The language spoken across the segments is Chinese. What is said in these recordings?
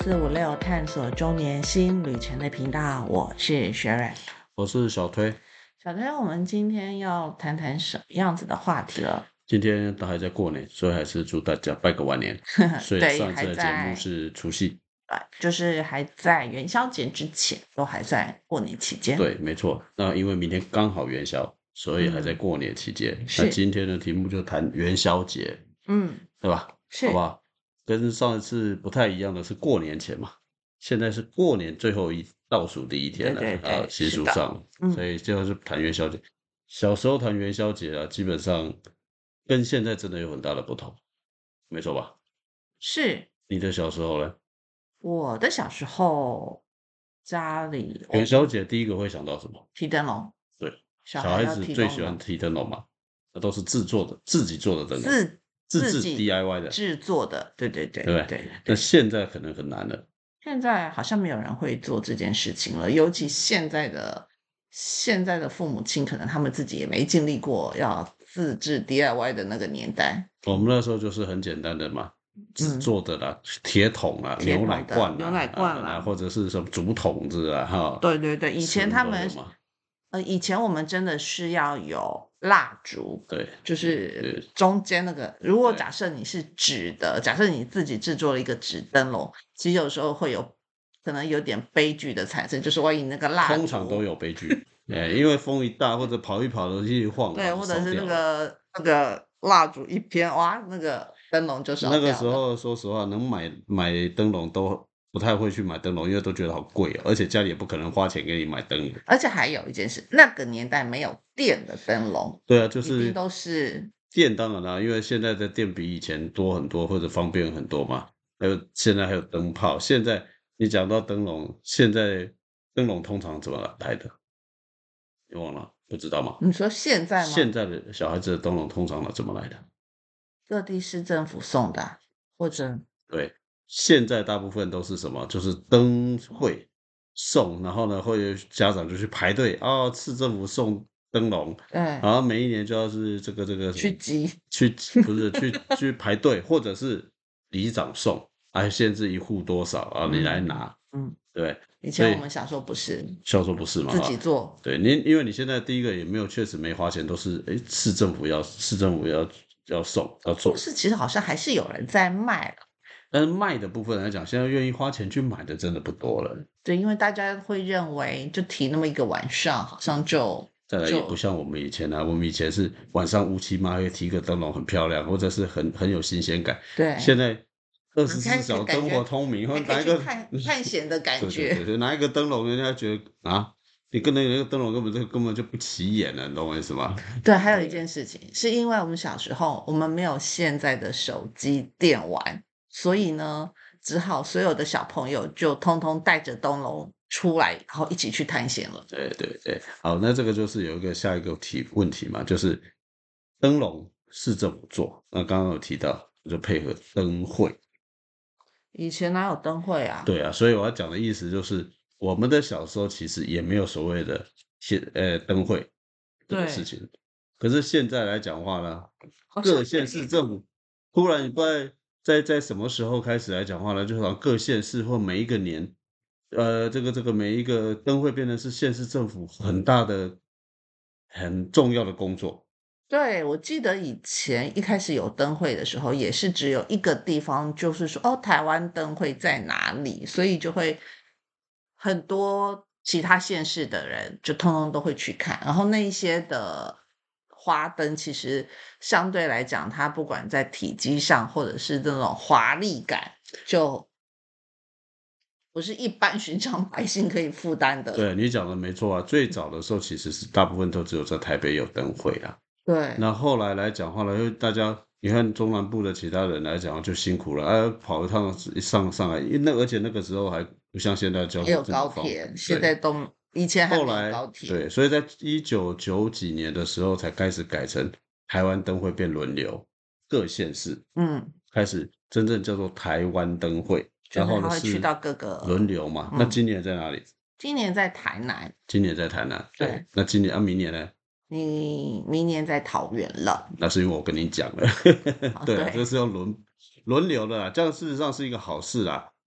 0456探索周年新旅程的频道，我是 Sharon， 我是小推。 小推，我们今天要谈谈什么样子的话题了？ 今天都还在过年，所以还是祝大家拜个晚年。所以对， 上一次的节目是除夕， 就是还在元宵节之前，都还在过年期间。 对，没错。那因为明天刚好元宵，所以还在过年期间。 是那今天的题目就谈元宵节，对吧？ 是， 好不好？跟上一次不太一样的是过年前嘛，现在是过年最后倒数第一天了， 对， 习俗上，所以就是谈元宵节。小时候谈元宵节啊，基本上跟现在真的有很大的不同，没错吧？ 是。 你的小时候呢？ 我的小时候家里元宵节第一个会想到什么？ 提灯笼， 对， 小小孩子孩要提灯笼， 最喜欢提灯笼嘛，那都是自己做的灯笼，自制 DIY 的， 制作的，对对不对？ 对。 那现在可能很难了。 现在好像没有人会做这件事情了，尤其现在的父母亲，可能他们自己也没经历过要自制 DIY 的那个年代。 我们那时候就是很简单的嘛，自做的啦，铁桶啊，牛奶罐啊，或者是什么竹筒子啊，哈。 对，以前以前我们真的是要有蜡烛， 对， 就是中间那个，如果假设你是纸的，假设你自己制作了一个纸灯笼，其实有时候会有可能有点悲剧的产生，就是万一那个蜡烛， 通常都有悲剧，因为风一大或者跑一跑的去晃， 对，或者是那个蜡烛一偏，哇，那个灯笼就烧掉了。 那个时候说实话，能买灯笼都不太会去买灯笼，因为都觉得好贵而且家里也不可能花钱给你买灯笼。 而且还有一件事，那个年代没有电的灯笼。 对啊，就是一定都是电，当然啦，因为现在的电比以前多很多，或者方便很多嘛。现在还有灯泡。现在你讲到灯笼，现在灯笼通常怎么来的？你忘了？不知道吗？ 你说现在吗？ 现在的小孩子的灯笼通常怎么来的？ 各地市政府送的，或者对，现在大部分都是什么？就是灯会送，然后呢，会家长就去排队啊，市政府送灯笼，然后每一年就要是这个去集， 不是去排队，或者是里长送，还限制一户多少啊，你来拿，对。 以前我们小时候不是， 小时候不是嘛， 自己做， 对，因为你现在第一个也没有确实没花钱，都是市政府要送要做， 是其实好像还是有人在卖了。 但是卖的部分来讲，现在愿意花钱去买的真的不多了。 对，因为大家会认为就提那么一个晚上，好像再来也不像我们以前啊，我们以前是晚上乌漆嘛黑提个灯笼很漂亮，或者是很有新鲜感。 对， 现在24小时灯火通明，或拿一个探险的感觉。 对，拿一个灯笼，人家觉得啊，你跟那个灯笼根本就不起眼了，你懂我意思吗？ 对，还有一件事情，是因为我们小时候我们没有现在的手机电玩。所以呢，只好所有的小朋友就通通带着灯笼出来，然后一起去探险了。 对，好，那这个就是有一个下一个问题嘛，就是灯笼市政府做，那刚刚有提到就配合灯会。 以前哪有灯会啊？ 对啊，所以我要讲的意思就是，我们的小时候其实也没有所谓的灯会这个事情，可是现在来讲话呢，各县市政府突然不知道在什么时候开始来讲话呢，就好像各县市或每一个年，这个每一个灯会变成是县市政府很大的、很重要的工作。 对，我记得以前一开始有灯会的时候，也是只有一个地方，就是说哦，台湾灯会在哪里，所以就会很多其他县市的人就通通都会去看，然后那一些的花灯其实相对来讲，它不管在体积上或者是这种华丽感，就不是一般寻常百姓可以负担的。 对，你讲的没错啊，最早的时候其实是大部分都只有在台北有灯会啊。 对， 那后来来讲话呢，因为大家你看中南部的其他人来讲就辛苦了，跑一趟上来，而且那个时候还不像现在交通有高铁，现在都以前还没有高铁。 对，所以在1990几年的时候才开始改成台湾灯会变轮流，各县市开始真正叫做台湾灯会，然后呢会去到各个轮流嘛。那今年在哪里？ 今年在台南。 今年在台南，对。那今年明年呢？ 你明年在桃园了。 那是因为我跟你讲了，对啊，这是要轮流的啦，这样事实上是一个好事啦。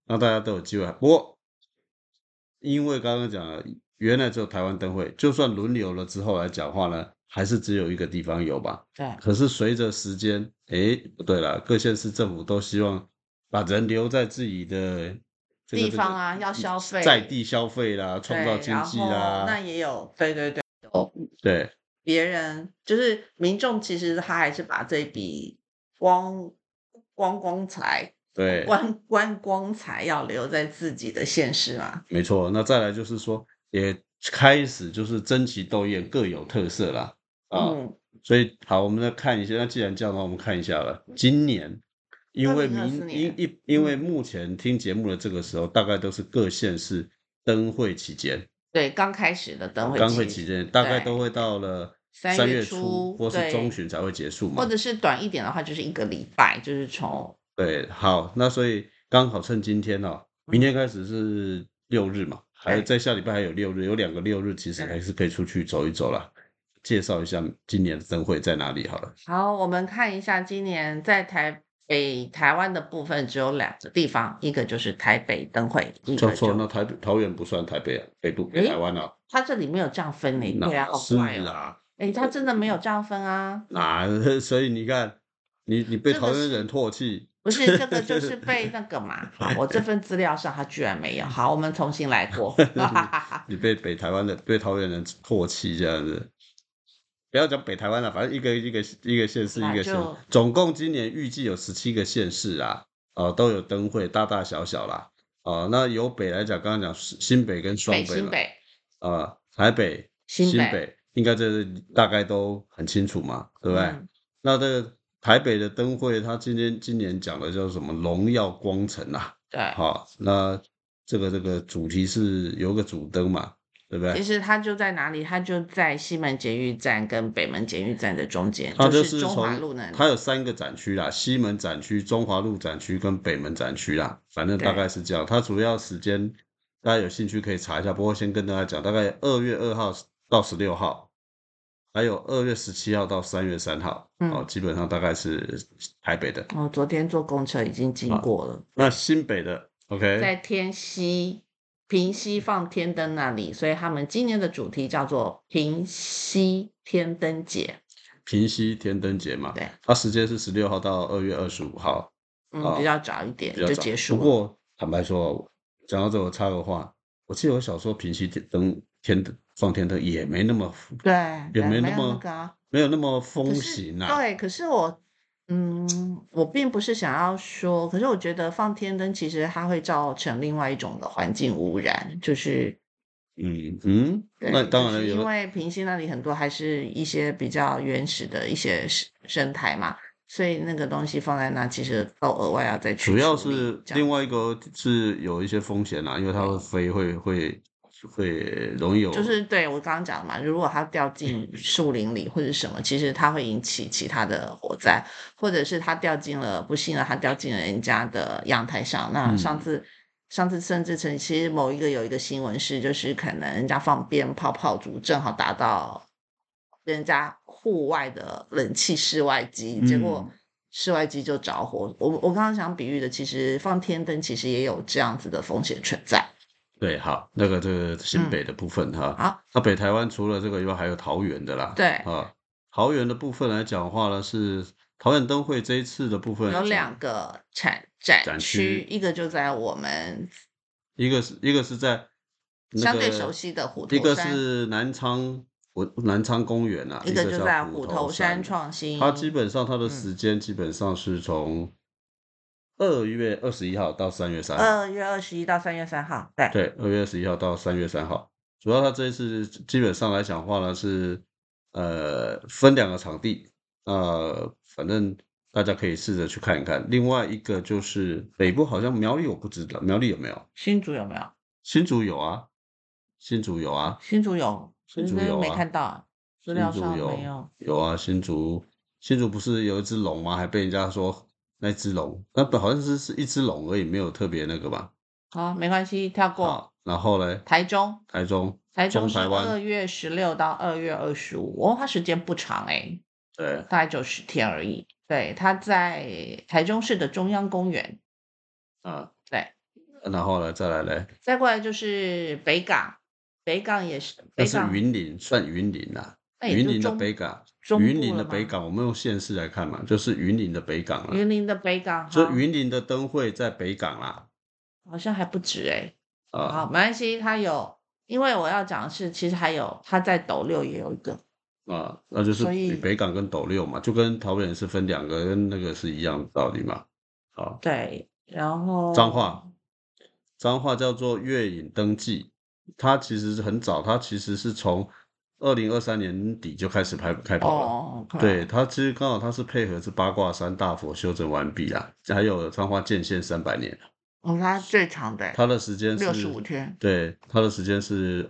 让大家都有机会。不过因为刚刚讲了，原来只有台湾灯会，就算轮流了之后来讲话呢，还是只有一个地方有吧？ 对， 可是随着时间，不对了，各县市政府都希望把人留在自己的地方啊，要消在费， 地消费啦，创造对，然经济后那啦， 也有，对对对， 对别人就是民众，其实他还是把这笔光光财、 对， 观光财要留在自己的县市嘛。 没错。那再来就是说，也开始就是争奇斗艳，各有特色啦。啊， 嗯， 所以好，我们来看一下。那既然这样的话，我们看一下了。今年因为 2024年， 因为目前听节目的这个时候，大概都是各县市灯会期间， 对，刚开始的灯会灯会期， 期间大概对， 都会到了 3 3 月月初或是中对， 旬才会结束嘛。 或者是短一点的话，就是1个礼拜，就是从对，好，那所以刚好趁今天哦，明天开始是6日嘛，还对在下礼拜还有6日，有2个6日，其实还是可以出去走一走啦。介绍一下今年的灯会在哪里好了。 好，我们看一下今年在台湾的部分只有2个地方，一个就是台北灯会，一个错， 就那桃园不算台北啊，北部北台湾啊， 它这里没有这样分呢，对啊，好哪是怪哦。 啦？ 它真的没有这样分啊， 哪？所以你看，你被这个是桃园人唾弃， 不是这个就是被那个嘛？好，我这份资料上它居然没有。好，我们重新来过。 你被被桃园人唾弃这样子。不要讲北台湾了，反正一个县市一个县，总共今年预计有17个县市啊，都有灯会，大大小小啦。那由北来讲，刚刚讲新北跟双北嘛，台北、新北，应该这大概都很清楚嘛，对不对？那这个台北的灯会，它今年讲的叫什么荣耀光城啊？ 对， 好，那这个主题是有个主灯嘛。对不对？ 其实它就在哪里？它就在西门捷运站跟北门捷运站的中间， 它就是中华路那里。 它有3个展区啦，西门展区、中华路展区跟北门展区啦，反正大概是这样。它主要时间大家有兴趣可以查一下，不过先跟大家讲，大概2月2号到16号，还有2月17号到3月3号，基本上大概是台北的。 昨天坐公车已经经过了。 那新北的 OK， 在平溪放天灯那里，所以他们今年的主题叫做平溪天灯节。 平溪天灯节嘛， 对， 它时间是16号到2月25号， 比较早一点就结束了。 不过坦白说，讲到这我插个话，我记得我小时候平溪放天灯也没那么对， 也没那么没有那么风行啊。 对，可是我并不是想要说，可是我觉得放天灯其实它会造成另外一种的环境污染，就是那当然了， 因为平溪那里很多还是一些比较原始的一些生态嘛，所以那个东西放在那其实都额外要再去主要是另外一个是有一些风险啦，因为它会飞会容易有， 就是对我刚刚讲的嘛，如果它掉进树林里或者什么，其实它会引起其他的火灾，或者是它不幸了，它掉进了人家的阳台上。那上次甚至其实有一个新闻是，就是可能人家放鞭炮炮竹，正好打到人家户外的冷气室外机，结果室外机就着火。我刚刚想比喻的，其实放天灯其实也有这样子的风险存在。 对，好，这个新北的部分哈， 好， 那北台湾除了这个以外，还有桃园的啦。 对桃园的部分来讲的话呢，是桃园灯会这一次的部分有2个展区，一个就在我们， 一个是在相对熟悉的虎头山， 一个是南昌公园啊， 一个就在虎头山创新。 它基本上它的时间基本上是从2月21号到3月3号。 2月21到3月3号，对。 对，2月21号到3月3号。主要它这一次基本上来讲的话呢，是分2个场地，反正大家可以试着去看一看。另外一个就是北部好像苗栗我不知道，苗栗有没有？ 新竹有没有？ 新竹有啊，新竹有啊， 没看到，资料上没有。 有啊，新竹不是有一只龙吗？还被人家说那只龙，那好像是一只龙而已，没有特别那个吧？ 好，没关系，跳过。 然后呢？ 台中是 2月16到2月25，它时间不长对， 大概90天而已。对，它在台中市的中央公园。 对。 然后呢，再来嘞， 再过来就是北港，北港也是， 那是北港云林，算云林啦。 那也云林的就北港， 中云林部了吗？ 的北港，我们用县市来看嘛，就是云林的北港啦。 云林的北港， 所以好， 云林的灯会在北港啦。 好像还不止好， 啊没关系，它有，因为我要讲的是，其实还有它在斗六也有一个， 那就是所以北港跟斗六嘛，就跟桃园是分两个，跟那个是一样的道理嘛。啊， 对，然后彰化叫做月影灯季，它其实是很早，它其实是从2023年底就开始开跑了。 哦， 对，它其实刚好它是配合是八卦山大佛修整完毕啦，还有彰化建县300年。 它最长的它的时间是 65天， 对，它的时间是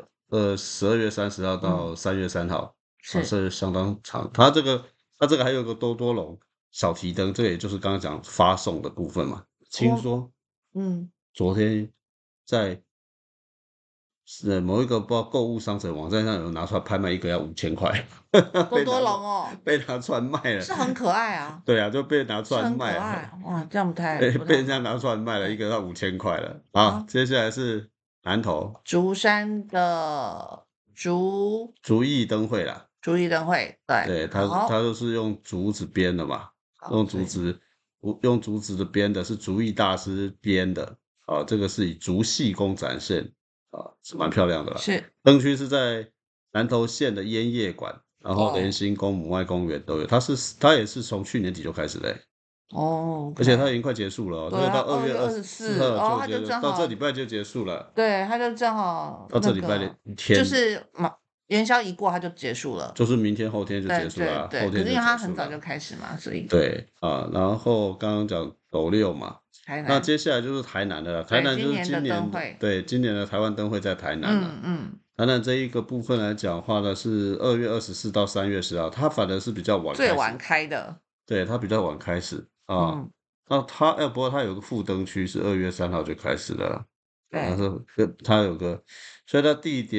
12月30号到3月3号，是相当长。它这个还有个多多龙小提灯，这个也就是刚刚讲发送的部分嘛。听说昨天在某一个不知道购物商城网站上有拿出来拍卖，一个要5000块， 多多龙哦， 被拿出来卖了， 是很可爱啊。 对啊，就被拿出来是很可卖了， 爱哇，这样不太被人家拿出来卖了，一个要5000块了。好，接下来是南投竹山的竹艺灯会啦， 竹艺灯会， 对，它就是用竹子编的嘛，用竹子的编的，是竹艺大师编的。这个是以竹细工展现，是蛮漂亮的啦。 是灯区是在南投县的烟叶馆，然后莲心宫、母爱公园都有。它也是从去年底就开始嘞。而且它已经快结束了，这个到2月24号就到这礼拜就结束了。 对，它就正好到这礼拜的天， 就是元宵一过它就结束了， 就是明天后天就结束了。 对，可是因为它很早就开始嘛，所以对然后刚刚讲斗六嘛，那接下来就是台南的了。台南就是今年的台湾灯会在台南了。台南这一个部分来讲的话呢，是2月24到3月10号，它反而是比较晚， 最晚开的。 对，它比较晚开始那不过它有个副灯区是2月3号就开始了。对，它有个，所以它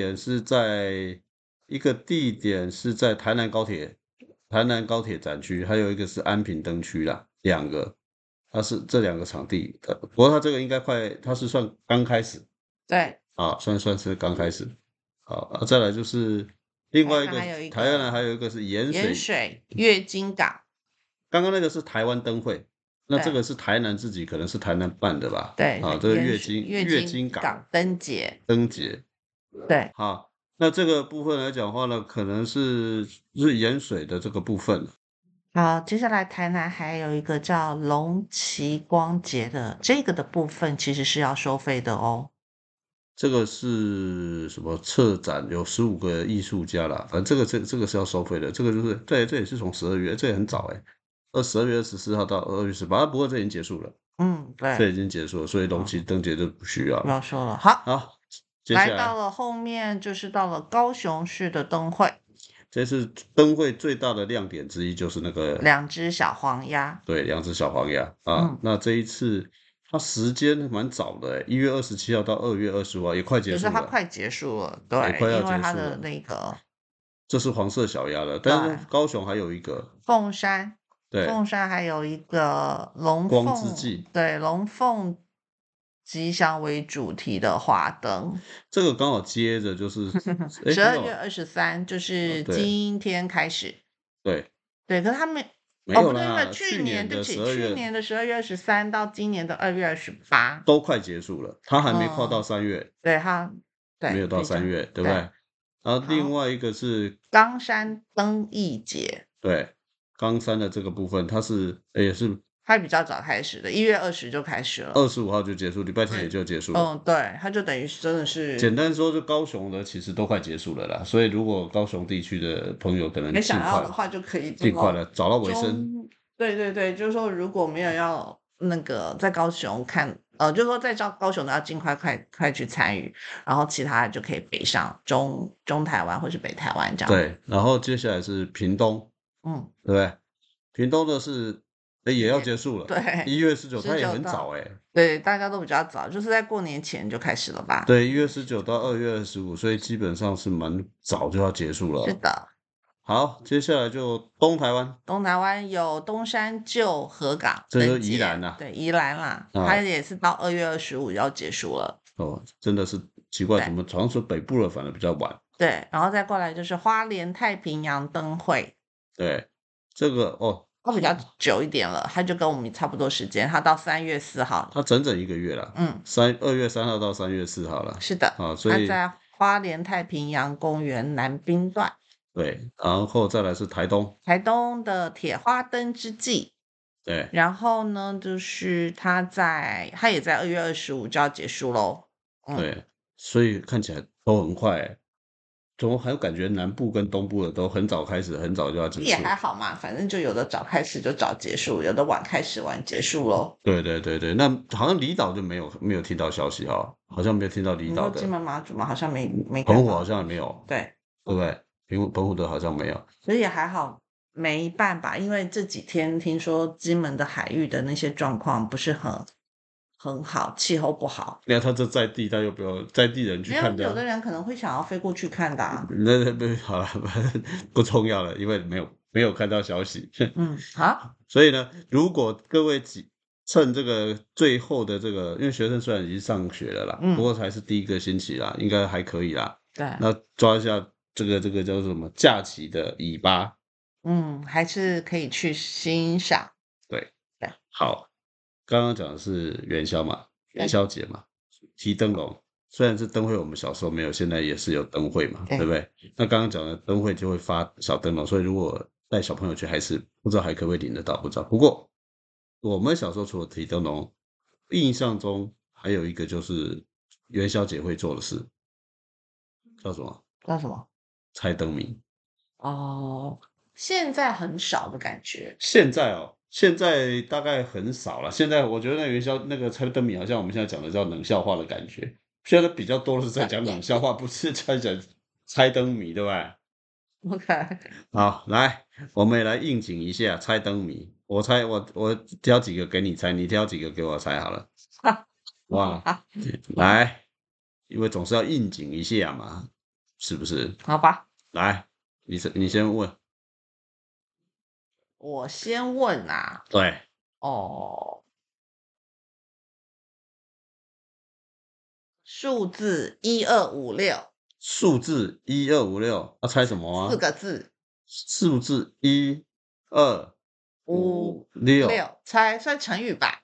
一个地点是在台南高铁展区，还有一个是安平灯区啦，2个，它是这2个场地。不过它这个应该它是算刚开始， 对， 算是刚开始。再来就是另外一个台南还有一个是盐水月经港， 刚刚那个是台湾灯会，那这个是台南自己可能是台南办的吧？ 对， 这个月经港灯节， 对，好，那这个部分来讲的话呢，可能是盐水的这个部分。 好，接下来台南还有一个叫龙旗光节的，这个的部分其实是要收费的哦。 这个是什么策展？有15个艺术家啦，反正这个是要收费的。这个就是对，这也是从12月，这也很早12月24号到2月18号，不过这已经结束了。 对， 这已经结束了，所以龙旗灯节就不需要了。 不要说了。好， 来到了后面就是到了高雄市的灯会。 这次灯会最大的亮点之一就是那个 2只小黄鸭。 对，2只小黄鸭那这一次它时间蛮早的1月27号到2月25号，也快结束了。 就是它快结束了，对， 快要结束了， 因为它的那个这是黄色小鸭了，但是高雄还有一个凤山， 对， 凤山还有一个龙光之祭， 对，龙凤吉祥为主题的花灯， 这个刚好接着就是 12月23，就是今天开始。 对， 可是他们没有啦， 去年的 12 月23到今年的2月28 都快结束了，它还没跨到3月， 对， 没有到3月，对不对？然后另外一个是冈山灯艺节， 对，冈山的这个部分，它也是它比较早开始的，1月20就开始了 ，25号就结束，礼拜天也就结束了。 对，它就等于真的是简单说，就高雄的其实都快结束了啦。所以如果高雄地区的朋友可能想要的话，就可以尽快的找到尾声。 对，就是说如果没有要那个在高雄看，就是说在高雄的要尽快去参与，然后其他的就可以北上中台湾或是北台湾这样。 对，然后接下来是屏东，对不对？屏东的是也要结束了，对，1月19，它也很早对，大家都比较早，就是在过年前就开始了吧？ 对，1月19到2月25，所以基本上是蛮早就要结束了。 是的。 好，接下来就东台湾， 东台湾有东山旧河港这就是灯节， 宜兰啦。 对，宜兰啦， 啊它也是到2月25要结束了。 哦，真的是奇怪， 对怎么好像说北部的反而比较晚？ 对，然后再过来就是花莲太平洋灯会， 对，这个哦， 它比较久一点了，它就跟我们差不多时间，它到3月4号。 它整整1个月了， 嗯， 2月3号到3月4号了。 是的， 啊，所以它在花莲太平洋公园南滨段。 对，然后再来是台东， 台东的铁花灯之季， 对然后呢，就是它也在2月25就要结束喽。 对，所以看起来都很快欸，怎么还有感觉南部跟东部的都很早开始，很早就要结也束？ 还好嘛，反正就有的早开始就早结束，有的晚开始晚结束喽。 对对对对，那好像离岛就没有听到消息哈，好像没有听到离岛的， 你说金门马祖嘛，好像没澎湖看到。 好像也没有， 对， 对不对？澎湖的好像没有。 所以也还好，没办法，因为这几天听说金门的海域的那些状况不是很好，气候不好。 那他这在地，他又不要在地人去没有， 看的啊， 有的人可能会想要飞过去看的啊。 那不好了，不重要了，因为没有看到消息。 好， 所以呢，如果各位趁这个最后的这个，因为学生虽然已经上学了啦，不过才是第1个星期啦，应该还可以啦。 对， 那抓一下这个叫什么假期的尾巴， 还是可以去欣赏。 对对， 好，刚刚讲的是元宵嘛，元宵节嘛，提灯笼。虽然是灯会，我们小时候没有，现在也是有灯会嘛， 对对不对？那刚刚讲的灯会就会发小灯笼，所以如果带小朋友去，还是不知道还可不可以领得到，不知道。不过我们小时候除了提灯笼，印象中还有一个就是元宵节会做的事，叫什么？ 叫什么？ 猜灯谜。 哦，现在很少的感觉。 现在大概很少了。现在我觉得那元宵那个猜灯谜，好像我们现在讲的叫冷笑话的感觉。现在比较多的是在讲冷笑话，不是在讲猜灯谜，对吧？ OK， 好，来，我们也来应景一下猜灯谜。我猜我挑几个给你猜，你挑几个给我猜好了。哇，来，因为总是要应景一下嘛，是不是？ 好吧， 来，你先问。 我先问啊。 对， 哦，数字1256， 数字1256，要猜什么四啊？ 个字， 数字1256， 猜算成语吧。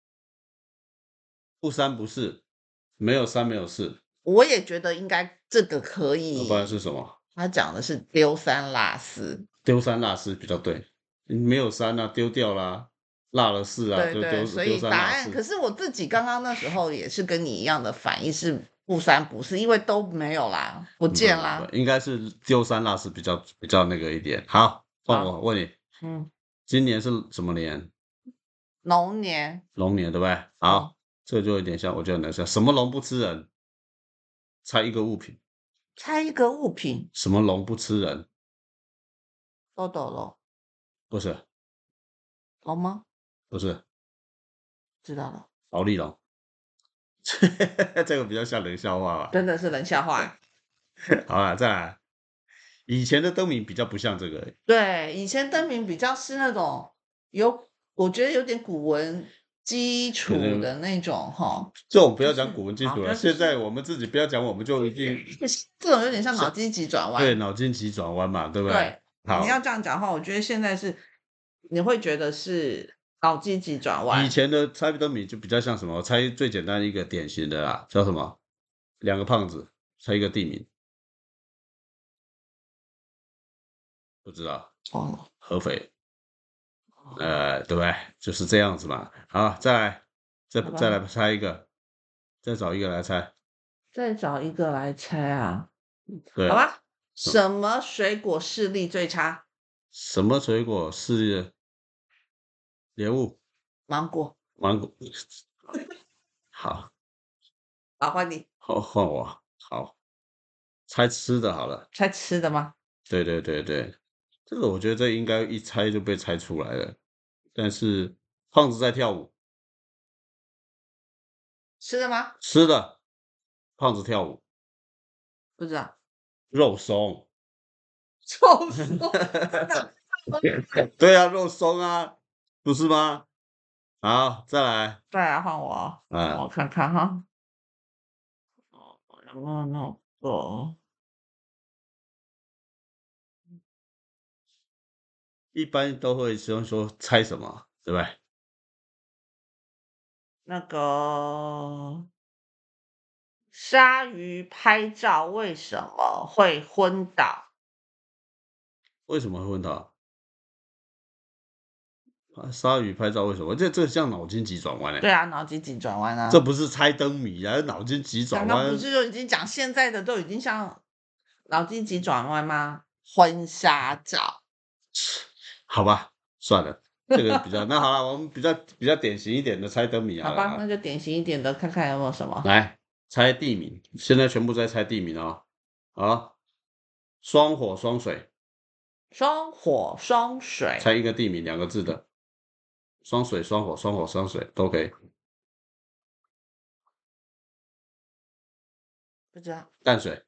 不三不四，没有三没有四， 我也觉得应该这个可不然以。 是什么？ 他讲的是丢三落四。 丢三落四比较对，没有三啊，丢掉啦，落了四啊，就对对，所丢以答案， 三落四。 可是我自己刚刚那时候也是跟你一样的反应是不三不四，因为都没有啦，不见啦。 应该是丢三落四比较那个一点。好，换我问你，今年是什么年？ 龙年。 龙年对不对？好，这就有点像，我觉得很像什么龙不吃人？猜一个物品。 猜一个物品。 什么龙不吃人？ 豆豆龙。 不是， 龙吗？ 不是， 知道了。 劳力龙。这个比较像冷笑话吧？ 真的是冷笑话。 好了，再来。以前的灯谜比较不像这个， 对，以前灯谜比较是那种我觉得有点古文基础的那种哈。 这种不要讲古文基础了， 就是现在我们自己不要讲，我们就一定这种有点像脑筋急转弯。 对，脑筋急转弯嘛，对不对？ 对， 好， 你要这样讲话，我觉得现在是你会觉得是脑筋急转弯。 以前的猜灯谜就比较像什么？我猜最简单一个典型的啦，叫什么？两个胖子猜一个地名，不知道。 哦， 合肥。对不对？就是这样子嘛。好，再来猜一个，再找一个来猜。 再找一个来猜啊。 对， 好吧，什么水果视力最差？ 什么水果是莲雾？ 芒果。 芒果。好， 好，换你。 换我。好，猜吃的好了。 猜吃的吗？ 对对对对，这个我觉得这应该一猜就被猜出来了。但是胖子在跳舞， 吃的吗？ 吃的，胖子跳舞， 不知道。 肉松。 肉松， 对啊，肉松啊，不是吗？好，再来。 再来换我，我看看哈，有没有那个？ 一般都会说猜什么，对不对？ 那个鲨鱼拍照为什么会昏倒？ 为什么会问到？鲨鱼拍照为什么？这像脑筋急转弯哎。 对啊，脑筋急转弯啊！ 这不是猜灯谜啊，脑筋急转弯。 刚刚不是就已经讲现在的都已经像脑筋急转弯吗？婚纱照。 好吧，算了，这个比较那好了，我们比较典型一点的猜灯谜好吧， 好了啊。 那就典型一点的，看看有没有什么。 来猜地名，现在全部在猜地名哦。好，双火双水， 双火双水， 猜一个地名2个字的，双水双火双火双水都可以。 不知道。 淡水，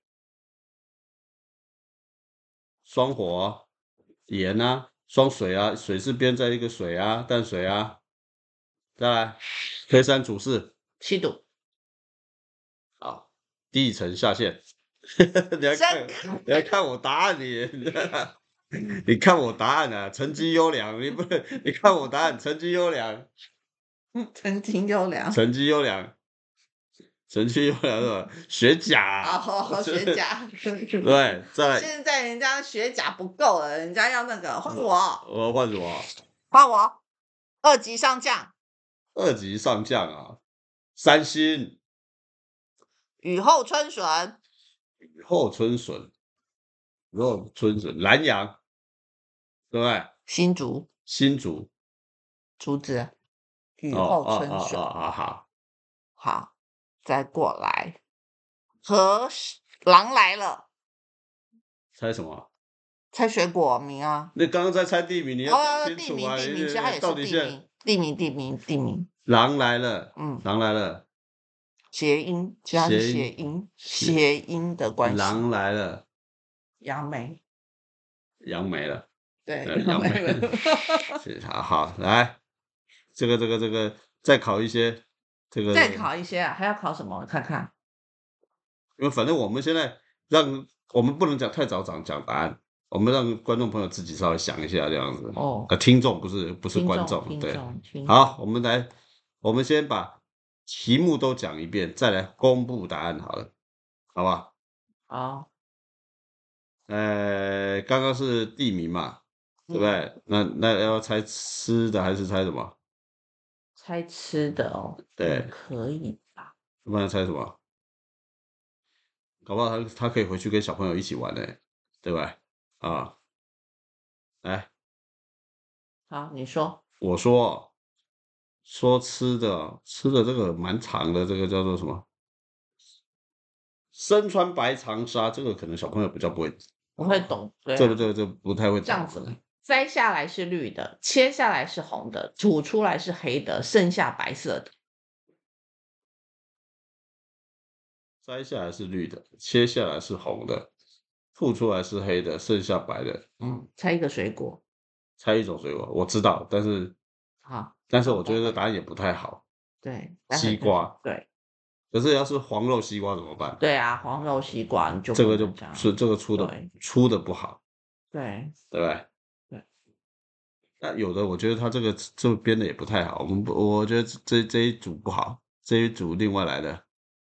双火盐啊，双水啊，水是编在一个水啊，淡水啊。再来，推三阻四， 七堵。 好，地层下陷。你来看我答案你看我答案啊，成绩优良，你不能，你看我答案，成绩优良， 曾经优良。 成绩优良，成绩优良是吧？学甲， 哦，学甲。 对，再来， 现在人家学甲不够了，人家要那个换我， 我换什么？ 换我，2级上将， 2级上将啊，三星， 雨后春笋， 雨后春笋，雨后春笋，南阳，对不对？ 新竹， 新竹， 竹子，雨哦后哦哦春笋。 哦，好， 好，再过来，狼来了， 猜什么？ 猜水果名啊。 那刚刚在猜地名，你要讲清地名， 楚啊！ 地名，其实它也是到底现在地名，地名。 狼来了， 嗯， 狼来了， 谐音，其实它是谐音的关系。 狼来了， 杨梅， 杨没了， 对， 杨没了。 了。 好，来，这个，再考一些，这个， 再考一些啊，还要考什么？我看看。 因为反正我们现在我们不能太早讲答案，我们让观众朋友自己稍微想一下这样子。 哦， 听众不是观众，对。好，我们先把题目都讲一遍，再来公布答案好了，好不好？ 好。 刚刚是地名嘛，对不对？那要猜吃的还是猜什么？ 猜吃的哦。 对， 可以吧？ 不然猜什么？搞不好他可以回去跟小朋友一起玩呢，对吧？啊，来， 好，你说。 我说吃的这个蛮长的，这个叫做什么？身穿白长纱，这个可能小朋友比较不会懂。对啊， 这不太会懂。 这样子，摘下来是绿的，切下来是红的，吐出来是黑的，剩下白色的。 摘下来是绿的，切下来是红的，吐出来是黑的，剩下白的。 猜一个水果。 猜一种水果，我知道，但是好， 我觉得答案也不太好。 对， 西瓜。 对。 可是要是黄肉西瓜怎么办？ 对啊，黄肉西瓜你就这个就是这个出的不好， 对对不对？ 对。 那有的我觉得他这编的也不太好，我觉得这一组不好，这一组另外来的，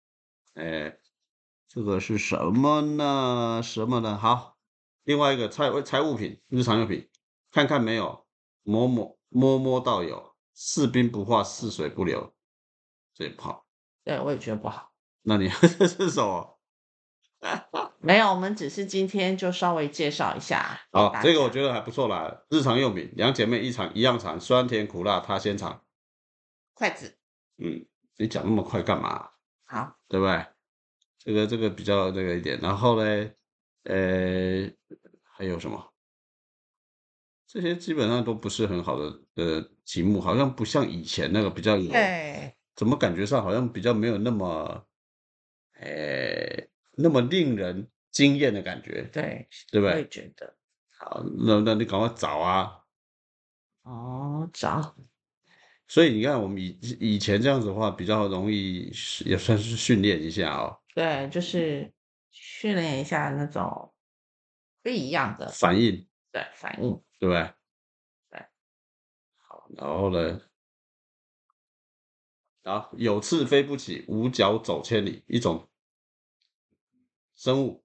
这个是什么呢？什么呢？好，另外一个猜物品，日常用品，看看没有，摸到有，似冰不化，似水不流，这也不好。 对，我也觉得不好。 那你这是什么？ 没有，我们只是今天就稍微介绍一下。 好，这个我觉得还不错啦。日常用品，两姐妹一样长，酸甜苦辣她先尝。 筷子。 你讲那么快干嘛？ 好， 对不对？这个比较这个一点。然后呢，还有什么？这些基本上都不是很好的题目，好像不像以前那个比较有。怎么感觉上好像比较没有那么，那么令人惊艳的感觉， 对， 对不对？ 我也觉得。 好，那你赶快找啊！ 找。 所以你看，我们以前这样子的话，比较容易也算是训练一下哦， 对，就是训练一下那种不一样的反应， 对反应。 对不对？ 对。 好，然后呢，有翅飞不起，无脚走千里，一种生物，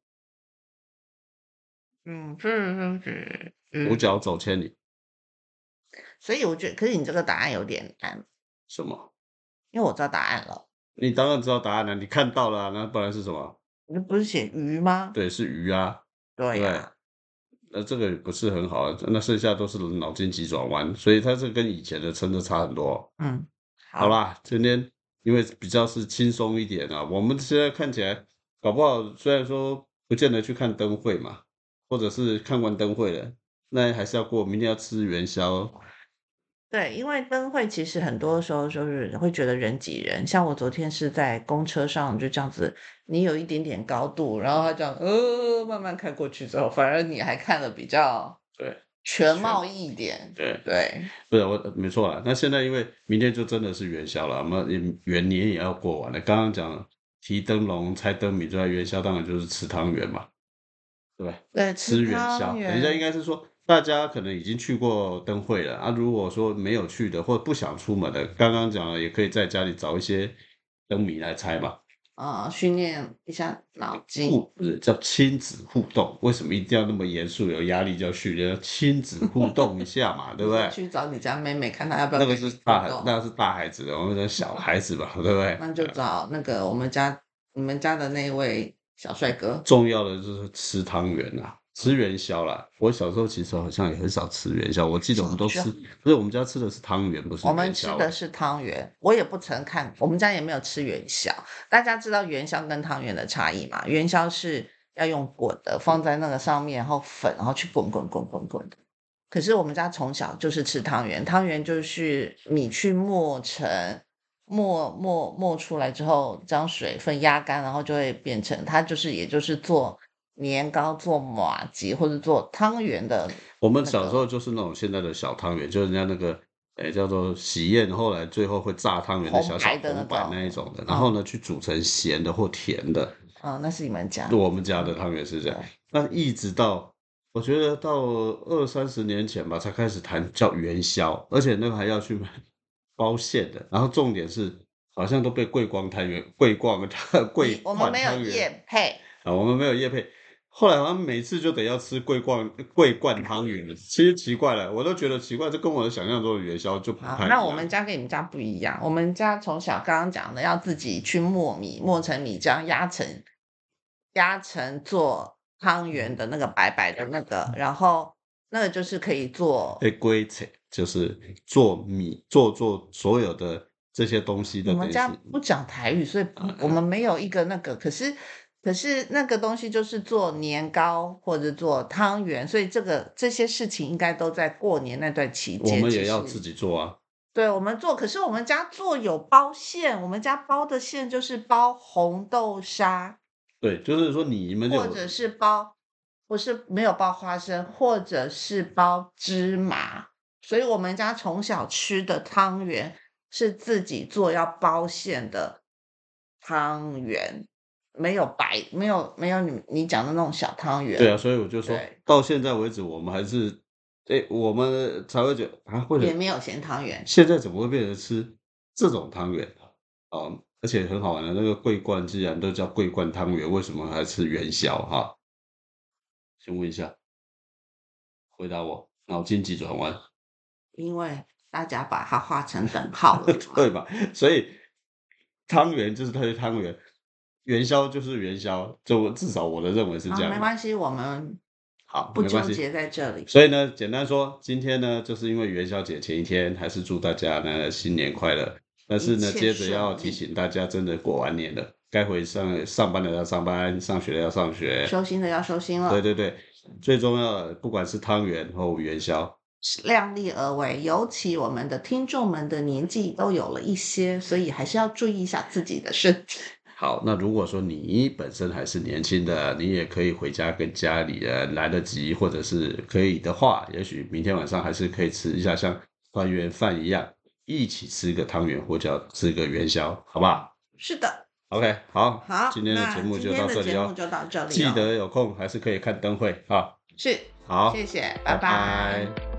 是。 无脚走千里， 所以我觉得，可是你这个答案有点难， 什么？ 因为我知道答案了。 你当然知道答案了，你看到了啊，那不然是什么？ 你不是写鱼吗？ 对，是鱼啊，对不对？ 对呀。 那这个也不是很好啊，那剩下都是脑筋急转弯，所以它这跟以前的真的差很多。好好。 啦，今天因为比较是轻松一点啊，我们现在看起来搞不好，虽然说不见得去看灯会嘛，或者是看完灯会了，那还是要过，明天要吃元宵。 对，因为灯会其实很多时候就是会觉得人挤人，像我昨天是在公车上就这样子，你有一点点高度，然后他这样慢慢开过去之后，反而你还看得比较对， 全貌一点。 对， 对。 不是没错啦。那现在因为明天就真的是元宵了，我们元年也要过完了。刚刚讲提灯笼、猜灯谜之外，元宵当然就是吃汤圆嘛。对， 对，吃吃元宵。等一下，应汤圆。 该是说大家可能已经去过灯会了啊。如果说没有去的，或不想出门的，刚刚讲了，也可以在家里找一些灯谜来猜嘛。 训练一下脑筋。 不是叫亲子互动，为什么一定要那么严肃有压力就要训练？要亲子互动一下嘛，对不对？ 去找你家妹妹看她要不要那个跟你互是大孩， 动。 那个是大孩子的，我们的小孩子吧，对不对？ 那就找那个你们家的那位小帅哥。 重要的就是吃汤圆啦，吃元宵啦。我小时候其实好像也很少吃元宵，我记得我们都吃，不是我们家吃的是汤圆，不是我们元宵。 吃的是汤圆，我也不曾看，我们家也没有吃元宵。大家知道元宵跟汤圆的差异吗？元宵是要用滚的，放在那个上面，然后粉，然后去滚滚滚滚滚的。可是我们家从小就是吃汤圆，汤圆就是米去磨成磨出来之后，将水分压干，然后就会变成它就是也就是做年糕、做麻糬或者做汤圆的。 我们小时候就是那种现在的小汤圆，就是人家那个叫做喜宴，后来最后会炸汤圆的小小红白那一种的，然后呢去煮成咸的或甜的。 那是你们家。 我们家的汤圆是这样，那一直到我觉得到20-30年前吧，才开始谈叫元宵，而且那个还要去买包馅的，然后重点是好像都被桂冠汤圆、桂冠我们没有汤圆业配啊，我们没有业配。后来好像每次就得要吃桂冠汤圆了，其实奇怪了，我都觉得奇怪，这跟我的想象中的元宵就不太一样。 那我们家跟你们家不一样，我们家从小刚刚讲的要自己去磨米，磨成米浆，压成做汤圆的那个白白的那个，然后那个就是可以做。 龟菜就是做米，做所有的这些东西的。 你们家不讲台语，所以我们没有一个那个。可是那个东西就是做年糕或者做汤圆，所以这些事情应该都在过年那段期间。 我们也要自己做啊。 对，我们做，可是我们家做有包馅，我们家包的馅就是包红豆沙。 对，就是说你们或者是包，不是没有包花生，或者是包芝麻。所以我们家从小吃的汤圆是自己做要包馅的汤圆，没有你讲的那种小汤圆。 对啊，所以我就说到现在为止，我们还是我们才会觉得或者也没有咸汤圆。 现在怎么会变成吃这种汤圆而且很好玩的那个桂冠，既然都叫桂冠汤圆，为什么还吃元宵哈？先问一下，回答我，脑筋急转弯。 因为大家把它画成等号了。 对吧？所以汤圆就是汤圆，元宵就是元宵，就至少我的认为是这样。 没关系，我们好， 不纠结在这里。 所以呢，简单说，今天呢，就是因为元宵节前一天，还是祝大家呢新年快乐。但是呢，接着要提醒大家，真的过完年了，该回上班的要上班，上学的要上学， 收心的要收心了。 对对对，最重要的，不管是汤圆或元宵， 量力而为，尤其我们的听众们的年纪都有了一些，所以还是要注意一下自己的身体。 好，那如果说你本身还是年轻的，你也可以回家跟家里人来得及，或者是可以的话，也许明天晚上还是可以吃一下像团圆饭一样，一起吃个汤圆或者吃个元宵，好不好是的， ？OK，好， 好， 今天的节那目就今天的到这里哦。 节目就到这里记哦。 得有空还是可以看灯会啊。 是， 好， 谢谢，拜拜拜。 拜。